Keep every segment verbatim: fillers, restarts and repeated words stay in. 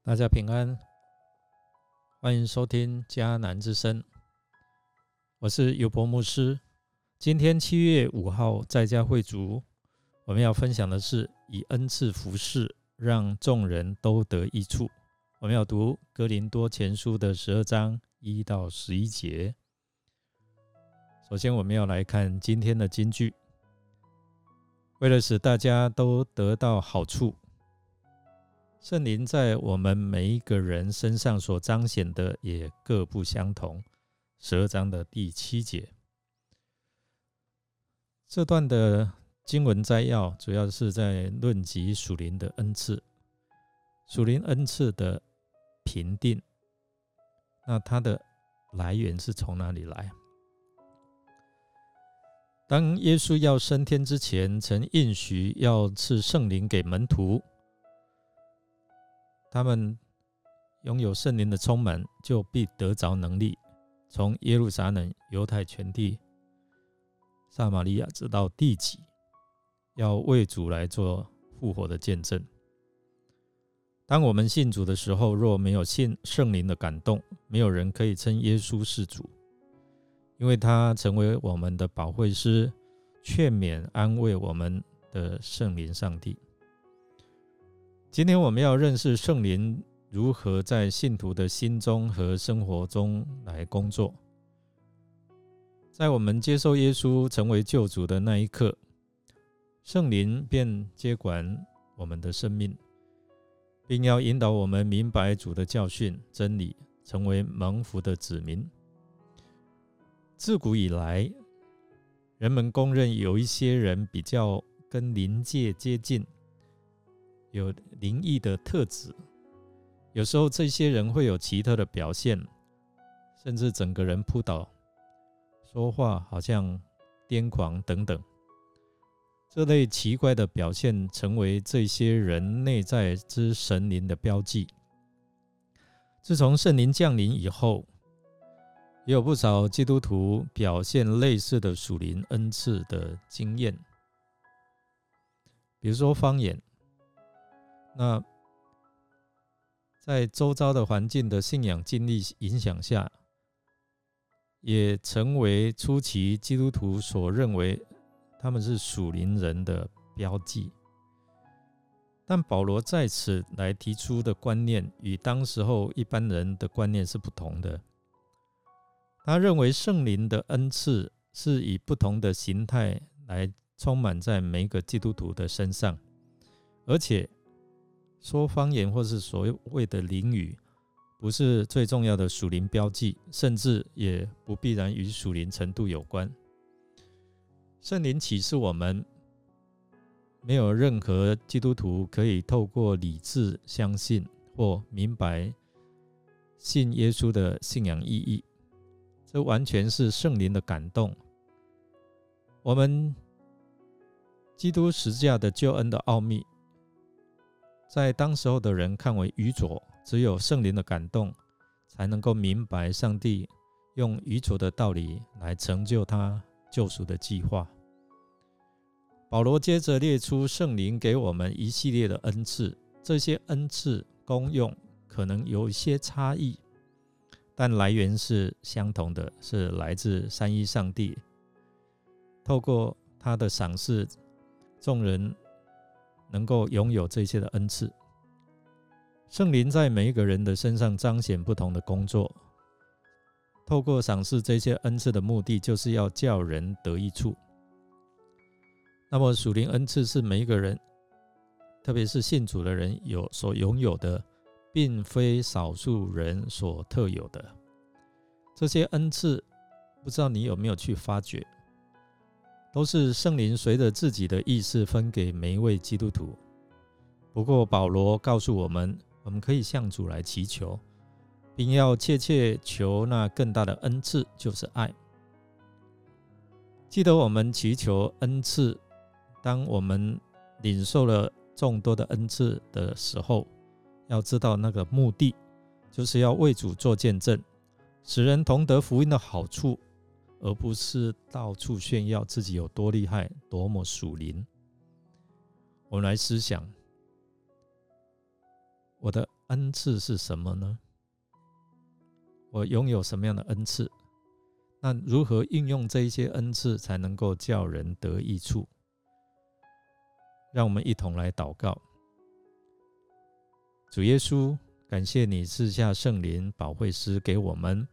大家平安，欢迎收听迦南之声，我是尤伯牧师。今天七月五号在家会族，我们要分享的是以恩赐服事，让众人都得益处。我们要读哥林多前书的十二章一到十一节。首先我们要来看今天的金句，为了使大家都得到好处，圣灵在我们每一个人身上所彰显的也各不相同。十二章的第七节，这段的经文摘要主要是在论及属灵的恩赐，属灵恩赐的评定，那它的来源是从哪里来？当耶稣要升天之前，曾应许要赐圣灵给门徒，他们拥有圣灵的充满，就必得着能力，从耶路撒冷、犹太全地、撒玛利亚直到地极，要为主来做复活的见证。当我们信主的时候，若没有信圣灵的感动，没有人可以称耶稣是主，因为他成为我们的保惠师，劝勉安慰我们的圣灵上帝。今天我们要认识圣灵如何在信徒的心中和生活中来工作。在我们接受耶稣成为救主的那一刻，圣灵便接管我们的生命，并要引导我们明白主的教训真理，成为蒙福的子民。自古以来，人们公认有一些人比较跟灵界接近，有灵异的特质，有时候这些人会有奇特的表现，甚至整个人扑倒，说话好像癫狂等等。这类奇怪的表现成为这些人内在之神灵的标记。自从圣灵降临以后，也有不少基督徒表现类似的属灵恩赐的经验，比如说方言。那在周遭的环境的信仰经历影响下，也成为初期基督徒所认为他们是属灵人的标记。但保罗在此来提出的观念与当时候一般人的观念是不同的。他认为圣灵的恩赐是以不同的形态来充满在每一个基督徒的身上，而且说方言或是所谓的灵语不是最重要的属灵标记，甚至也不必然与属灵程度有关。圣灵启示我们，没有任何基督徒可以透过理智相信或明白信耶稣的信仰意义，这完全是圣灵的感动。我们基督十字架的救恩的奥秘，在当时候的人看为愚拙，只有圣灵的感动才能够明白上帝用愚拙的道理来成就他救赎的计划。保罗接着列出圣灵给我们一系列的恩赐，这些恩赐功用可能有一些差异，但来源是相同的，是来自三一上帝。透过他的赏赐，众人能够拥有这些的恩赐。圣灵在每一个人的身上彰显不同的工作，透过赏赐这些恩赐的目的，就是要叫人得益处。那么属灵恩赐是每一个人，特别是信主的人有所拥有的，并非少数人所特有的。这些恩赐不知道你有没有去发掘，都是圣灵随着自己的意思分给每一位基督徒。不过保罗告诉我们，我们可以向主来祈求，并要切切求那更大的恩赐，就是爱。记得我们祈求恩赐，当我们领受了众多的恩赐的时候，要知道那个目的就是要为主做见证，使人同得福音的好处，而不是到处炫耀自己有多厉害，多么属灵。我们来思想，我的恩赐是什么呢？我拥有什么样的恩赐？那如何运用这一些恩赐才能够叫人得益处？让我们一同来祷告。主耶稣，感谢你赐下圣灵保惠师给我们，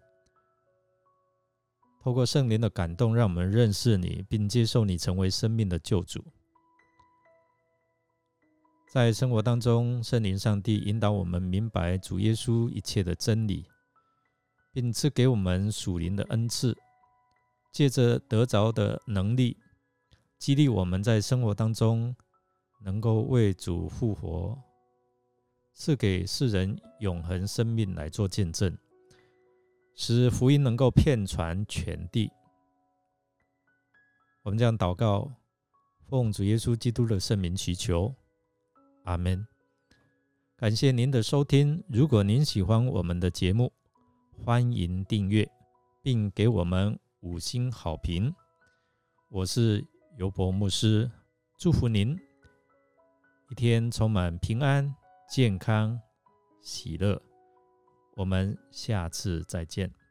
透过圣灵的感动，让我们认识你，并接受你成为生命的救主。在生活当中，圣灵上帝引导我们明白主耶稣一切的真理，并赐给我们属灵的恩赐，借着得着的能力，激励我们在生活当中能够为主复活，赐给世人永恒生命来做见证，使福音能够遍传全地。我们这样祷告，奉主耶稣基督的圣名祈求，阿们。感谢您的收听，如果您喜欢我们的节目，欢迎订阅并给我们五星好评。我是尤伯牧师，祝福您一天充满平安、健康、喜乐。我们下次再见。